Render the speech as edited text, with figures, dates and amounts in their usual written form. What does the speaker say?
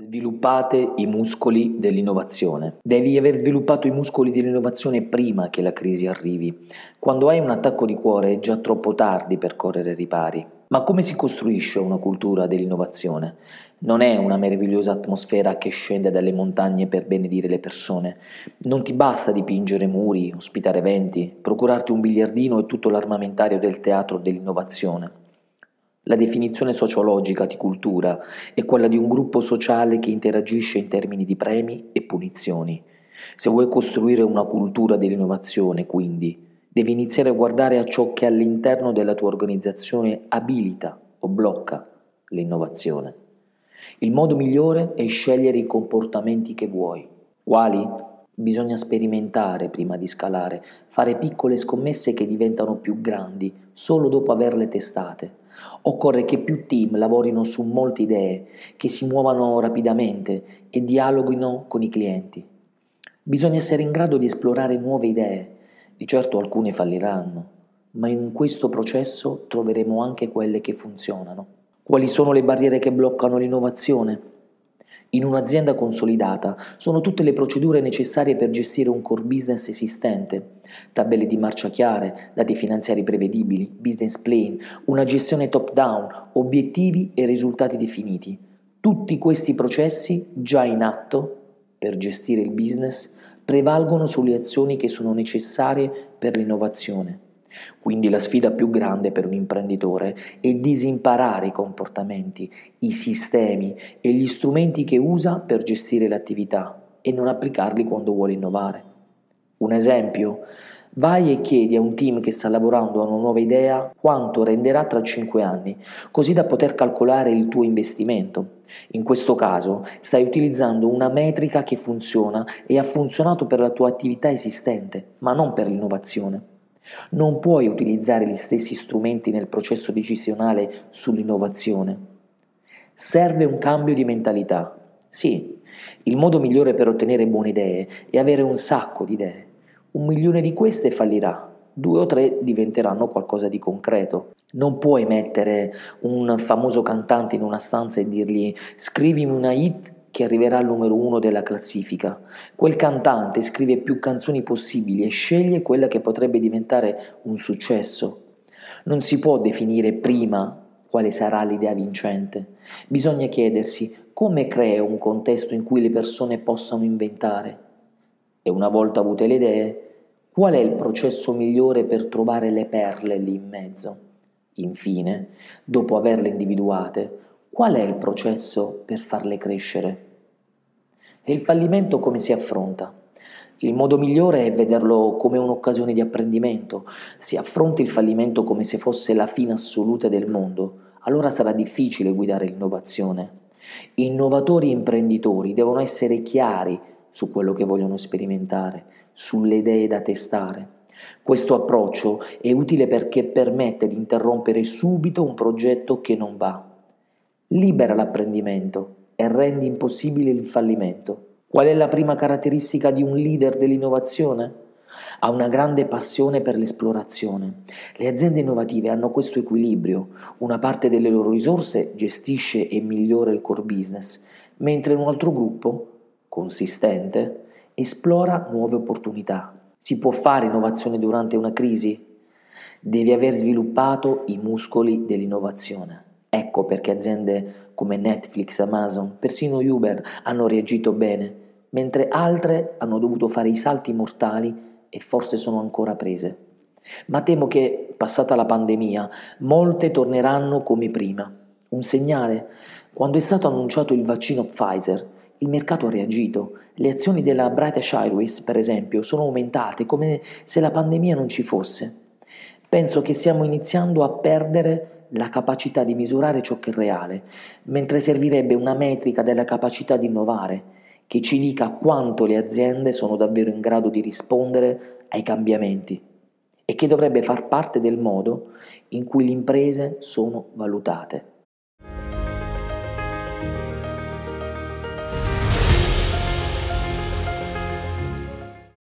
Sviluppate i muscoli dell'innovazione. Devi aver sviluppato i muscoli dell'innovazione prima che la crisi arrivi. Quando hai un attacco di cuore è già troppo tardi per correre ai ripari. Ma come si costruisce una cultura dell'innovazione? Non è una meravigliosa atmosfera che scende dalle montagne per benedire le persone. Non ti basta dipingere muri, ospitare eventi, procurarti un biliardino e tutto l'armamentario del teatro dell'innovazione. La definizione sociologica di cultura è quella di un gruppo sociale che interagisce in termini di premi e punizioni. Se vuoi costruire una cultura dell'innovazione, quindi, devi iniziare a guardare a ciò che all'interno della tua organizzazione abilita o blocca l'innovazione. Il modo migliore è scegliere i comportamenti che vuoi. Quali? Bisogna sperimentare prima di scalare, fare piccole scommesse che diventano più grandi solo dopo averle testate. Occorre che più team lavorino su molte idee, che si muovano rapidamente e dialoghino con i clienti. Bisogna essere in grado di esplorare nuove idee. Di certo alcune falliranno, ma in questo processo troveremo anche quelle che funzionano. Quali sono le barriere che bloccano l'innovazione? In un'azienda consolidata sono tutte le procedure necessarie per gestire un core business esistente, tabelle di marcia chiare, dati finanziari prevedibili, business plan, una gestione top-down, obiettivi e risultati definiti. Tutti questi processi già in atto per gestire il business prevalgono sulle azioni che sono necessarie per l'innovazione. Quindi la sfida più grande per un imprenditore è disimparare i comportamenti, i sistemi e gli strumenti che usa per gestire l'attività e non applicarli quando vuole innovare. Un esempio? Vai e chiedi a un team che sta lavorando a una nuova idea quanto renderà tra 5 anni, così da poter calcolare il tuo investimento. In questo caso stai utilizzando una metrica che funziona e ha funzionato per la tua attività esistente, ma non per l'innovazione. Non puoi utilizzare gli stessi strumenti nel processo decisionale sull'innovazione. Serve un cambio di mentalità. Sì, il modo migliore per ottenere buone idee è avere un sacco di idee. 1 milione di queste fallirà, 2 o 3 diventeranno qualcosa di concreto. Non puoi mettere un famoso cantante in una stanza e dirgli scrivimi una hit che arriverà al numero 1 della classifica. Quel cantante scrive più canzoni possibili e sceglie quella che potrebbe diventare un successo. Non si può definire prima quale sarà l'idea vincente. Bisogna chiedersi come creo un contesto in cui le persone possano inventare. E una volta avute le idee, qual è il processo migliore per trovare le perle lì in mezzo? Infine, dopo averle individuate, qual è il processo per farle crescere? E il fallimento come si affronta? Il modo migliore è vederlo come un'occasione di apprendimento. Se affronti il fallimento come se fosse la fine assoluta del mondo, allora sarà difficile guidare l'innovazione. Innovatori e imprenditori devono essere chiari su quello che vogliono sperimentare, sulle idee da testare. Questo approccio è utile perché permette di interrompere subito un progetto che non va. Libera l'apprendimento e rendi impossibile il fallimento. Qual è la prima caratteristica di un leader dell'innovazione? Ha una grande passione per l'esplorazione. Le aziende innovative hanno questo equilibrio. Una parte delle loro risorse gestisce e migliora il core business, mentre un altro gruppo, consistente, esplora nuove opportunità. Si può fare innovazione durante una crisi? Devi aver sviluppato i muscoli dell'innovazione. Ecco perché aziende come Netflix, Amazon, persino Uber hanno reagito bene, mentre altre hanno dovuto fare i salti mortali e forse sono ancora prese. Ma temo che, passata la pandemia, molte torneranno come prima. Un segnale? Quando è stato annunciato il vaccino Pfizer, il mercato ha reagito. Le azioni della British Airways, per esempio, sono aumentate come se la pandemia non ci fosse. Penso che stiamo iniziando a perdere la capacità di misurare ciò che è reale, mentre servirebbe una metrica della capacità di innovare, che ci dica quanto le aziende sono davvero in grado di rispondere ai cambiamenti e che dovrebbe far parte del modo in cui le imprese sono valutate.